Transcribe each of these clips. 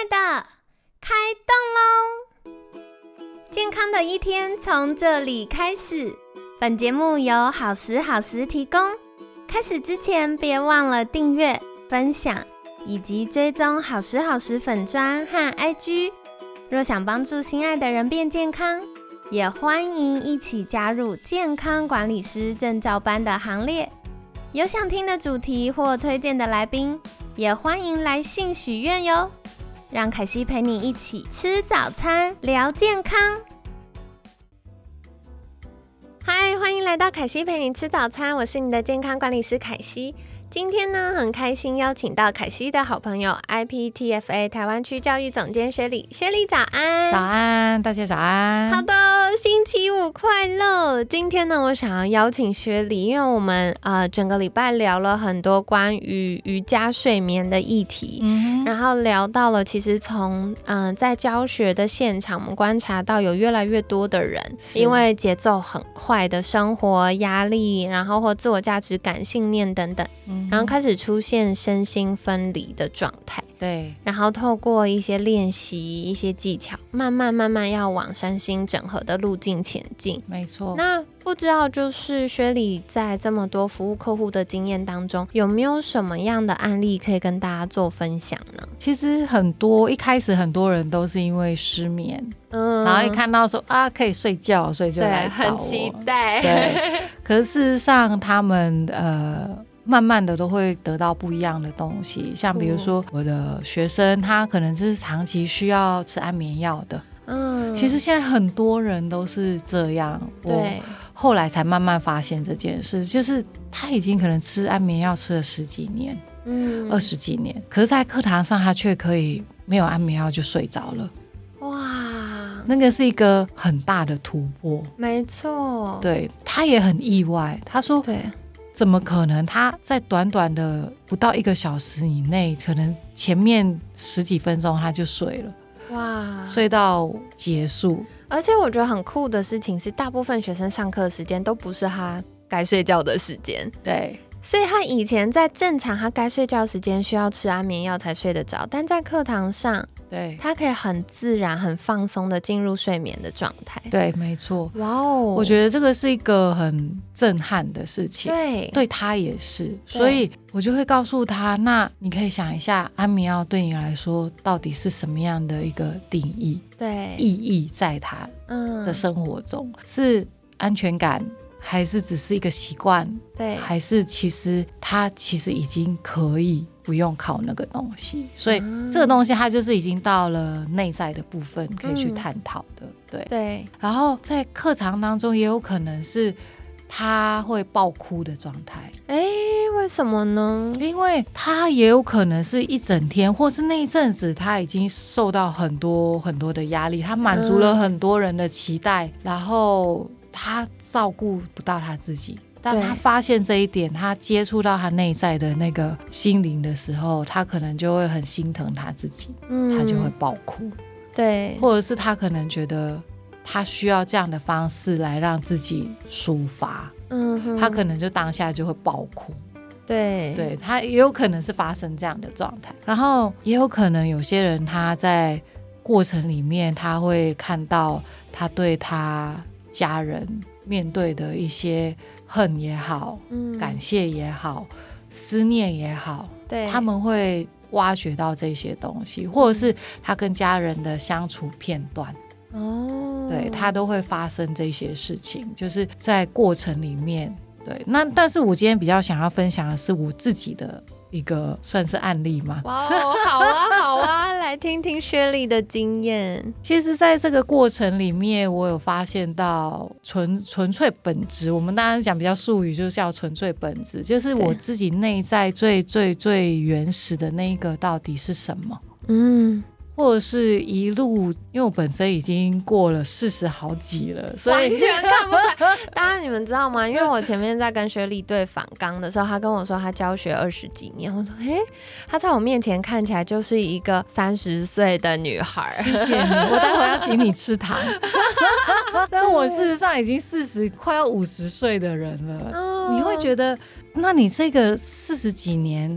的，开动喽！健康的一天从这里开始。本节目由好时好时提供。开始之前，别忘了订阅、分享以及追踪好时好时粉专和 IG。若想帮助心爱的人变健康，也欢迎一起加入健康管理师证照班的行列。有想听的主题或推荐的来宾，也欢迎来信许愿哟。让凯西陪你一起吃早餐，聊健康。嗨，欢迎来到凯西陪你吃早餐，我是你的健康管理师凯西。今天呢，很开心邀请到凯西的好朋友 IPTFA 台湾区教育总监薛莉。薛莉早安。 早安，大家早安。 好的，星期五快乐。今天呢，我想要邀请薛莉，因为我们整个礼拜聊了很多关于瑜伽睡眠的议题，然后聊到了其实从在教学的现场，我们观察到有越来越多的人因为节奏很快的生活压力，然后或自我价值感、信念等等，然后开始出现身心分离的状态。 对， 然后透过一些练习、一些技巧，慢慢要往身心整合的路径前进。 没错。 那不知道就是薛莉在这么多服务客户的经验当中，有没有什么样的案例可以跟大家做分享呢？ 其实一开始很多人都是因为失眠，然后一看到说可以睡觉，所以就来找我， 很期待。 对，可是事实上他们慢慢的都会得到不一样的东西，像比如说我的学生，他可能是长期需要吃安眠药的。其实现在很多人都是这样，我后来才慢慢发现这件事，就是他已经可能吃安眠药吃了10几年，20几年，可是在课堂上他却可以没有安眠药就睡着了。哇，那个是一个很大的突破。没错，对，他也很意外，他说对，怎么可能他在短短的不到1个小时以内，可能前面10几分钟他就睡了，哇，睡到结束。而且我觉得很酷的事情是，大部分学生上课的时间都不是他该睡觉的时间。对，所以他以前在正常他该睡觉的时间需要吃安眠药才睡得着，但在课堂上对，他可以很自然很放松的进入睡眠的状态。对，没错。哇哦，我觉得这个是一个很震撼的事情。对，对他也是，所以我就会告诉他，那你可以想一下，安眠药对你来说到底是什么样的一个定义？对，意义在他的生活中，是安全感，还是只是一个习惯？对，还是其实他已经可以不用靠那个东西，所以这个东西它就是已经到了内在的部分可以去探讨的。对，然后在课堂当中也有可能是他会爆哭的状态。为什么呢？因为他也有可能是一整天，或是那一阵子他已经受到很多很多的压力，他满足了很多人的期待，然后他照顾不到他自己。当他发现这一点，他接触到他内在的那个心灵的时候，他可能就会很心疼他自己，他就会爆哭。对，或者是他可能觉得他需要这样的方式来让自己抒发，他可能就当下就会爆哭。对，他也有可能是发生这样的状态，然后也有可能有些人他在过程里面他会看到他对他家人面对的一些恨也好，感谢也好，思念也好，对，他们会挖掘到这些东西，或者是他跟家人的相处片段。对，他都会发生这些事情，就是在过程里面。对，但是我今天比较想要分享的是我自己的一个算是案例嘛。哇，好啊，来听听薛莉的经验。其实在这个过程里面，我有发现到纯粹本质，我们当然讲比较术语就是叫纯粹本质，就是我自己内在最最最原始的那一个到底是什么。或者是一路，因为我本身已经过了40好几了，所以完全看不出来。当然你们知道吗？因为我前面在跟薛莉对访纲的时候，他跟我说他教学20几年，我说他在我面前看起来就是一个30岁的女孩。谢谢你，我待会要请你吃糖。但我事实上已经40快要50岁的人了，你会觉得，那你这个40几年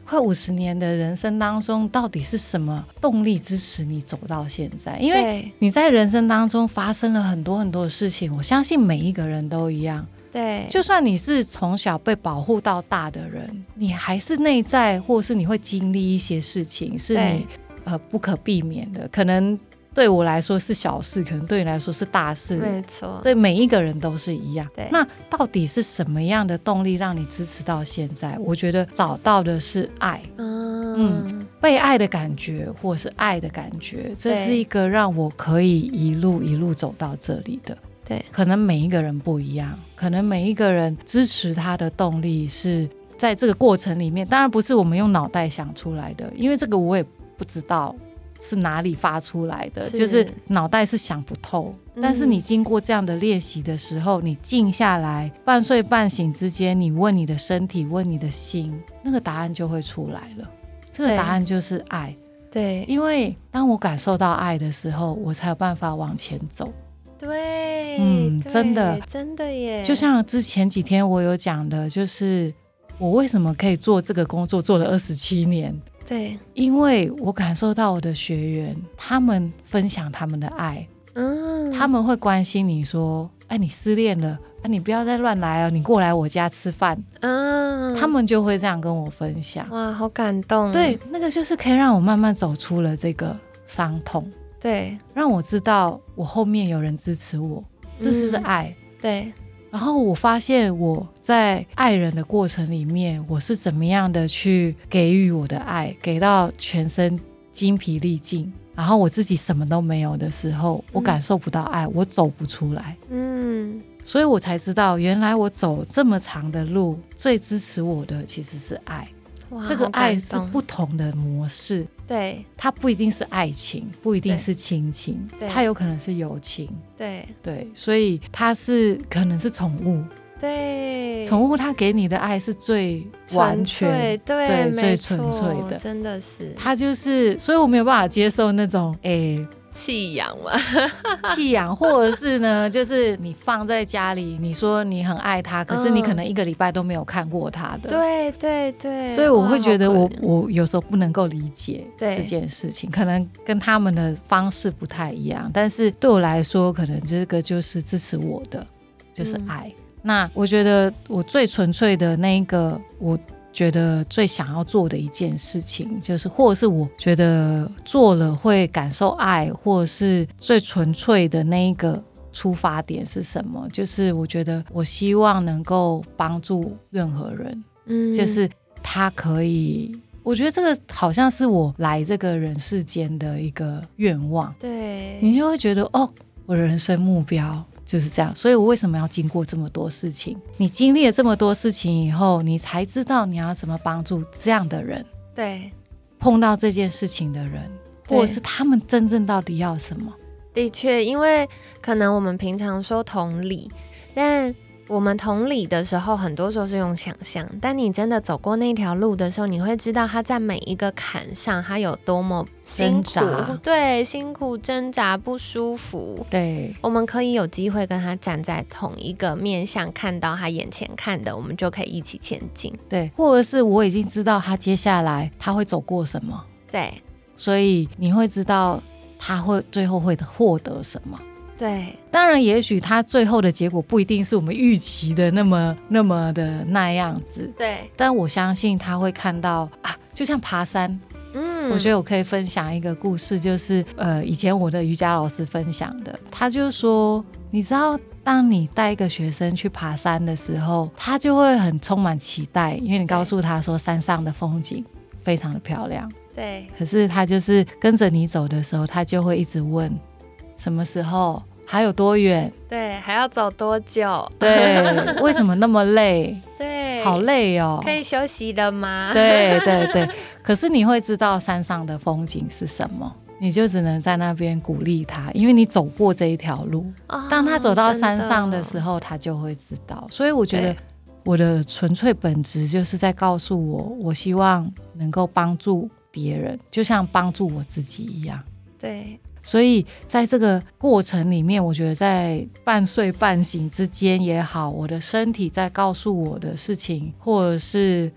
快50年的人生当中，到底是什么动力支持你走到现在？因为你在人生当中发生了很多很多的事情，我相信每一个人都一样。 对， 就算你是从小被保护到大的人，你还是内在，或是你会经历一些事情，是你不可避免的。可能对我来说是小事，可能对你来说是大事， 没错， 对每一个人都是一样。 对， 那到底是什么样的动力让你支持到现在？我觉得找到的是爱，被爱的感觉，或是爱的感觉，这是一个让我可以一路一路走到这里的。 对， 可能每一个人不一样，可能每一个人支持他的动力是在这个过程里面，当然不是我们用脑袋想出来的，因为这个我也不知道是哪里发出来的，就是脑袋是想不透。但是你经过这样的练习的时候，你静下来，半睡半醒之间，你问你的身体，问你的心，那个答案就会出来了。这个答案就是爱。 对， 因为当我感受到爱的时候，我才有办法往前走。 对， 真的真的耶。 就像之前几天我有讲的，就是我为什么可以做这个工作做了27年。 对， 因为我感受到我的学员他们分享他们的爱，他们会关心你说，哎，你失恋了，你不要再乱来哦，你过来我家吃饭。他们就会这样跟我分享。 哇，好感动。 对，那个就是可以让我慢慢走出了这个伤痛。对，让我知道我后面有人支持我，这就是爱。 对， 然后我发现我在爱人的过程里面，我是怎么样的去给予我的爱，给到全身精疲力尽，然后我自己什么都没有的时候，我感受不到爱，我走不出来。所以我才知道原来我走这么长的路，最支持我的其实是爱。这个爱是不同的模式。对，它不一定是爱情，不一定是亲情，它有可能是友情。对，所以它是可能是宠物。对，宠物它给你的爱是最完全，对，最纯粹的， 真的是。 它就是，所以我没有办法接受那种弃养嘛弃养，或者是呢就是你放在家里，你说你很爱他，可是你可能1个礼拜都没有看过他的。对，所以我会觉得我有时候不能够理解这件事情，可能跟他们的方式不太一样，但是对我来说可能这个就是支持我的，就是爱。那我觉得我最纯粹的那一个，我觉得最想要做的一件事情，就是或者是我觉得做了会感受爱，或者是最纯粹的那一个出发点是什么？就是我觉得我希望能够帮助任何人，就是他可以，我觉得这个好像是我来这个人世间的一个愿望。对，你就会觉得哦，我的人生目标就是这样。所以我为什么要经过这么多事情？你经历了这么多事情以后，你才知道你要怎么帮助这样的人。对，碰到这件事情的人，或者是他们真正到底要什么。 的确，因为可能我们平常说同理，但我们同理的时候很多时候是用想象，但你真的走过那条路的时候，你会知道他在每一个坎上他有多么辛苦，对，辛苦挣扎不舒服。对，我们可以有机会跟他站在同一个面向，看到他眼前看的，我们就可以一起前进。 对，或者是我已经知道他接下来他会走过什么。对，所以你会知道他会最后会获得什么。对，当然也许他最后的结果不一定是我们预期的那么的那样子。对，但我相信他会看到啊，就像爬山。我觉得我可以分享一个故事，就是以前我的瑜伽老师分享的。他就说，你知道当你带一个学生去爬山的时候，他就会很充满期待，因为你告诉他说山上的风景非常的漂亮。对，可是他就是跟着你走的时候，他就会一直问什么时候，还有多远，对，还要走多久，对，为什么那么累，对，好累哦，可以休息了吗？对，可是你会知道山上的风景是什么，你就只能在那边鼓励他，因为你走过这一条路。当他走到山上的时候，他就会知道。所以我觉得我的纯粹本质就是在告诉我希望能够帮助别人，就像帮助我自己一样。对，所以在这个过程里面，我觉得在半睡半醒之间也好，我的身体在告诉我的事情，或者是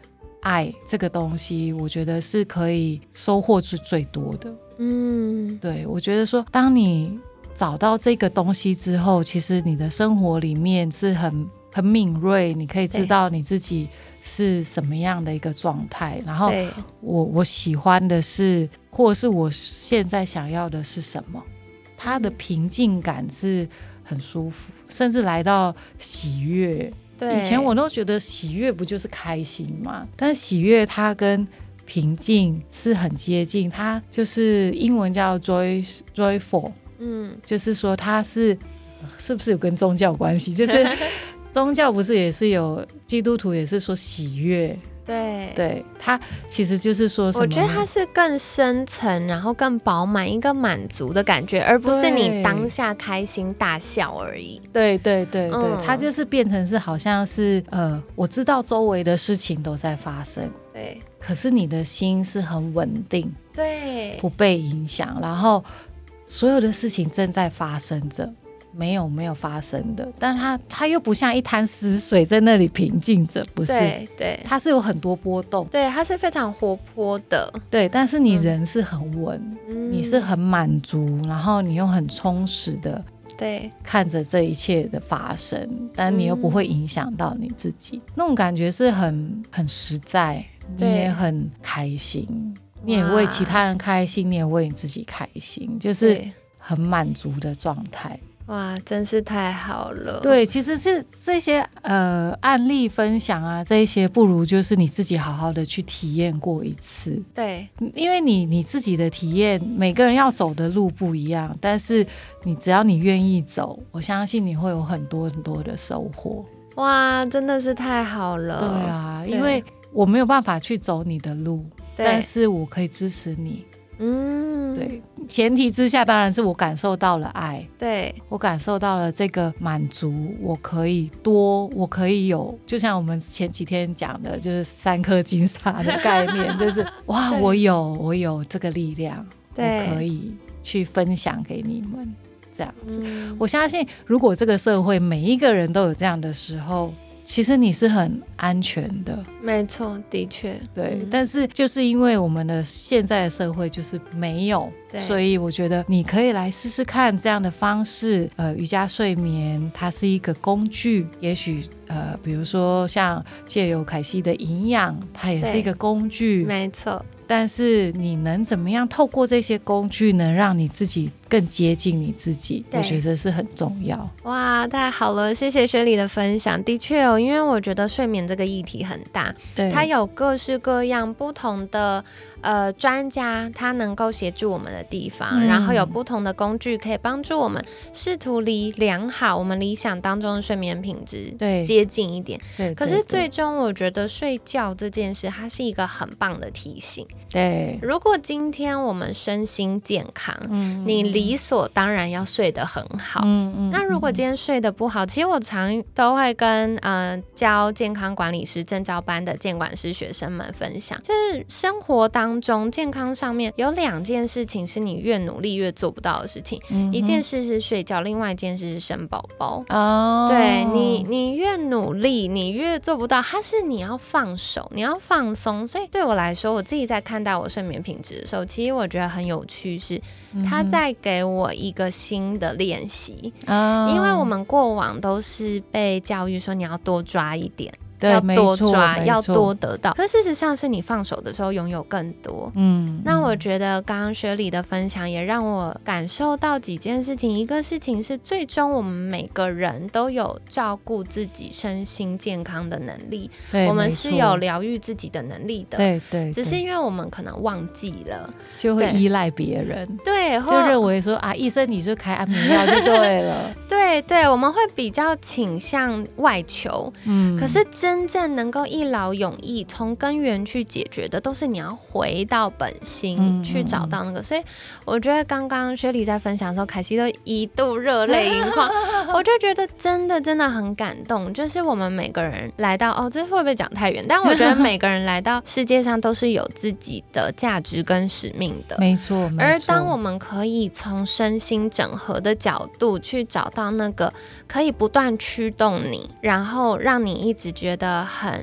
爱这个东西，我觉得是可以收获是最多的。对，我觉得说当你找到这个东西之后，其实你的生活里面是很敏锐，你可以知道你自己是什么样的一个状态，然后我喜欢的是，或者是我现在想要的是什么，它的平静感是很舒服，甚至来到喜悦。以前我都觉得喜悦不就是开心吗？但是喜悦它跟平静是很接近，它就是英文叫 joyful，就是说它是不是有跟宗教关系？就是宗教不是也是有基督徒也是说喜悦，对，它其实就是说什么呢？ 我觉得它是更深层，然后更饱满，一个满足的感觉，而不是你当下开心大笑而已。 对，它就是变成是好像是我知道周围的事情都在发生， 对， 可是你的心是很稳定， 对， 不被影响，然后所有的事情正在发生着。没有发生的，但它又不像一滩死水在那里平静着，不是？ 对， 它是有很多波动， 对，它是非常活泼的， 对，但是你人是很稳，你是很满足，然后你又很充实的， 对， 看着这一切的发生，但你又不会影响到你自己，那种感觉是很实在，你也很开心，你也为其他人开心，你也为你自己开心，就是很满足的状态。 哇，真是太好了。 对，其实是这些案例分享啊，这一些不如就是你自己好好的去体验过一次。 对， 因为你自己的体验，每个人要走的路不一样，但是只要你愿意走，我相信你会有很多很多的收获。 哇，真的是太好了。 对啊，因为我没有办法去走你的路，但是我可以支持你。对，前提之下当然是我感受到了爱，对，我感受到了这个满足，我可以有，就像我们前几天讲的，就是3颗金沙的概念，就是哇，我有这个力量，我可以去分享给你们，这样子。我相信，如果这个社会每一个人都有这样的时候，其实你是很安全的。 没错，的确， 对，但是就是因为我们的现在的社会就是没有，所以我觉得你可以来试试看这样的方式。瑜伽睡眠它是一个工具，也许比如说像借由凯西的营养，它也是一个工具， 没错。 但是你能怎么样透过这些工具能让你自己更接近你自己，我觉得是很重要。 哇，太好了，谢谢雪莉的分享。的确哦，因为我觉得睡眠这个议题很大，它有各式各样不同的专家，他能够协助我们的地方，然后有不同的工具可以帮助我们试图离良好我们理想当中的睡眠品质接近一点。可是最终我觉得睡觉这件事它是一个很棒的提醒。 对， 如果今天我们身心健康，你理所当然要睡得很好。那如果今天睡得不好，其实我常都会跟教健康管理师证照班的健管师学生们分享，就是生活当中健康上面有2件事情是你越努力越做不到的事情，一件事是睡觉，另外一件事是生宝宝。对，你越努力你越做不到，它是你要放手，你要放松。所以对我来说，我自己在看待我睡眠品质的时候，其实我觉得很有趣，是它在给我一个新的练习。因为我们过往都是被教育说你要多抓一点，要多抓，要多得到。可事实上是你放手的时候拥有更多。那我觉得刚刚雪莉的分享也让我感受到几件事情。一个事情是，最终我们每个人都有照顾自己身心健康的能力，我们是有疗愈自己的能力的。对，只是因为我们可能忘记了， 就会依赖别人。 对， 就认为说医生你就开安眠药就对了。 对，我们会比较倾向外求。可是真正能够一劳永逸从根源去解决的，都是你要回到本心去找到那个。所以我觉得刚刚雪莉在分享的时候，凯西都一度热泪盈眶。我就觉得真的很感动，就是我们每个人来到这会不会讲太远？但我觉得每个人来到世界上都是有自己的价值跟使命的。 没错。 而当我们可以从身心整合的角度去找到那个可以不断驱动你，然后让你一直觉得很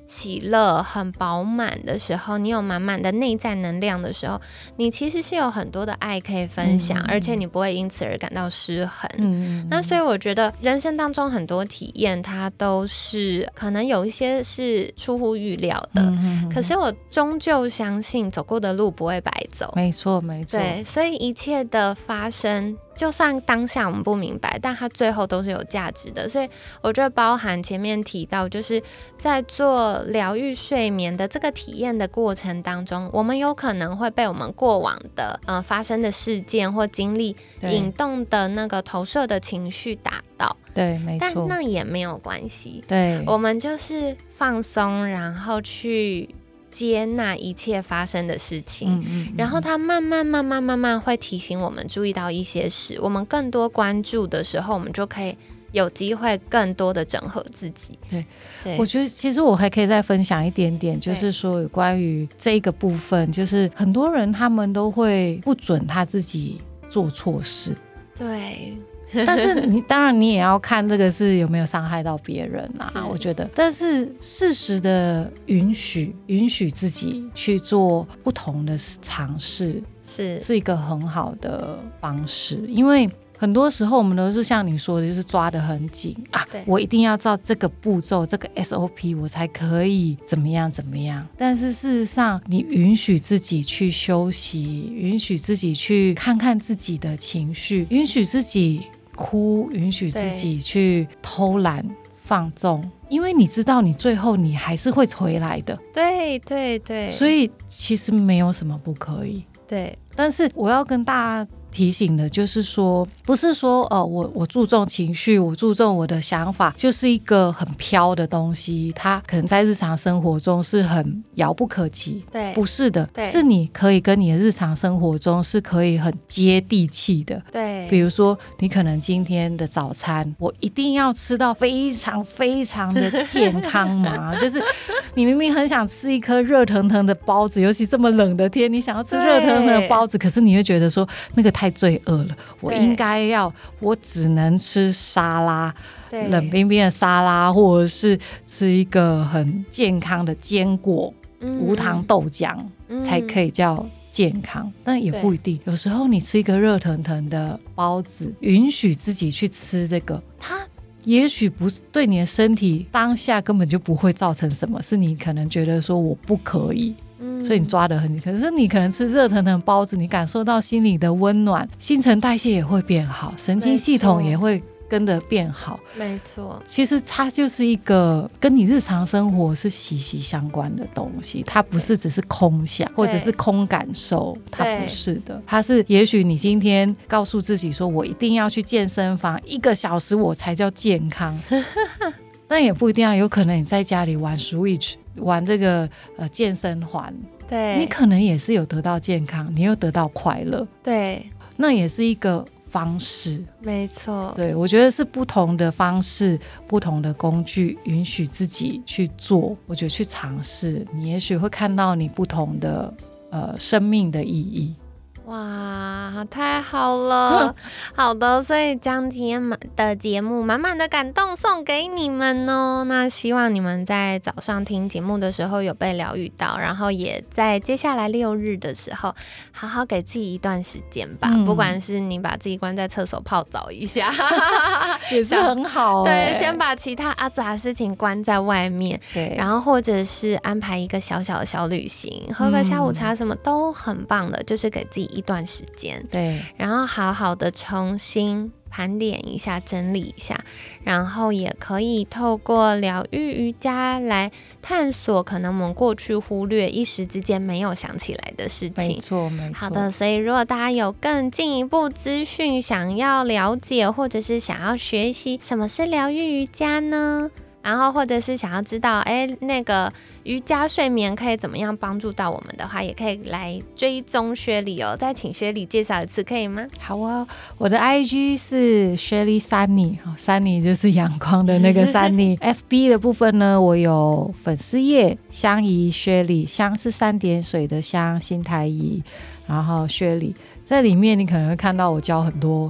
喜乐很饱满的时候，你有满满的内在能量的时候，你其实是有很多的爱可以分享，而且你不会因此而感到失衡。那所以我觉得人生当中很多体验它都是可能有一些是出乎预料的，可是我终究相信走过的路不会白走。 没错没错， 对，所以一切的发生就算当下我们不明白，但它最后都是有价值的。所以我觉得包含前面提到，就是在做疗愈睡眠的这个体验的过程当中，我们有可能会被我们过往的发生的事件或经历引动的那个投射的情绪打到。 对，没错， 但那也没有关系。 对， 我们就是放松，然后去接纳一切发生的事情，然后它慢慢会提醒我们注意到一些事，我们更多关注的时候，我们就可以有机会更多的整合自己。 对， 我觉得其实我还可以再分享一点点，就是说有关于这一个部分，就是很多人他们都会不准他自己做错事。 对， 但是当然你也要看这个是有没有伤害到别人啊，我觉得。但是适时的允许自己去做不同的尝试，是一个很好的方式。因为很多时候我们都是像你说的，就是抓得很紧啊，我一定要照这个步骤这个 SOP 我才可以怎么样怎么样。但是事实上你允许自己去休息，允许自己去看看自己的情绪，允许自己哭，允许自己去偷懒放纵，因为你知道你最后你还是会回来的。 对对对， 所以其实没有什么不可以。 对， 但是我要跟大家提醒的就是说，不是说我注重情绪，我注重我的想法就是一个很飘的东西，它可能在日常生活中是很遥不可及。 对， 不是的，是你可以跟你的日常生活中是可以很接地气的。 对， 比如说你可能今天的早餐我一定要吃到非常非常的健康嘛就是你明明很想吃一颗热腾腾的包子，尤其这么冷的天你想要吃热腾腾的包子，可是你会觉得说那个太罪恶了，我只能吃沙拉，冷冰冰的沙拉，或者是吃一个很健康的坚果，无糖豆浆，才可以叫健康。但也不一定，有时候你吃一个热腾腾的包子，允许自己去吃这个，它也许不是对你的身体当下根本就不会造成什么，是你可能觉得说我不可以，所以你抓得很紧。可是你可能吃热腾腾的包子，你感受到心里的温暖，新陈代谢也会变好，神经系统也会跟着变好。 没错， 其实它就是一个跟你日常生活是息息相关的东西，它不是只是空想或者是空感受，它不是的。它是也许你今天告诉自己说我一定要去健身房1个小时我才叫健康但也不一定要，有可能你在家里玩 Switch 玩这个健身环，对，你可能也是有得到健康，你又得到快乐，对，那也是一个方式。没错，对，我觉得是不同的方式，不同的工具，允许自己去做，我觉得去尝试，你也许会看到你不同的生命的意义。 哇，太好了好的，所以将今天的节目满满的感动送给你们哦。那希望你们在早上听节目的时候有被疗愈到，然后也在接下来6日的时候好好给自己一段时间吧，不管是你把自己关在厕所泡澡一下也是很好对，先把其他阿杂事情关在外面，对，然后或者是安排一个小小的小旅行，喝个下午茶什么都很棒的，就是给自己一段时间，对，然后好好的重新盘点一下，整理一下，然后也可以透过疗愈瑜伽来探索可能我们过去忽略一时之间没有想起来的事情。没错没错。好的，所以如果大家有更进一步资讯想要了解，或者是想要学习什么是疗愈瑜伽呢，然后或者是想要知道那个瑜伽睡眠可以怎么样帮助到我们的话，也可以来追踪薛莉哦。再请薛莉介绍一次可以吗？ 好啊，我的 IG 是 Shelly Sunny， Sunny 就是阳光的那个 Sunny FB 的部分呢，我有粉丝页香怡薛莉，香是3点水的香，新台怡，然后薛莉，在里面你可能会看到我教很多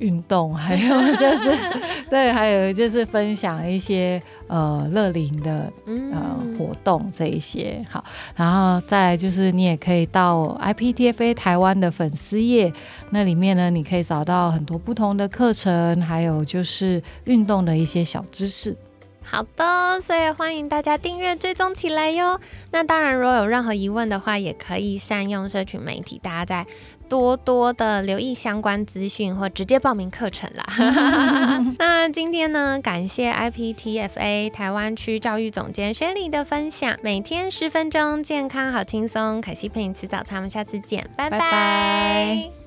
运动，还有就是对，还有就是分享一些乐龄的活动这一些。好，然后再来就是你也可以到 IPTFA 台湾的粉丝页，那里面呢你可以找到很多不同的课程，还有就是运动的一些小知识。 好的，所以欢迎大家订阅追踪起来哟。那当然如果有任何疑问的话，也可以善用社群媒体，大家再多多的留意相关资讯或直接报名课程啦。那今天呢，感谢 IPTFA 台湾区教育总监Shelly的分享，每天10分钟，健康好轻松。凯西陪你吃早餐，我们下次见，拜拜。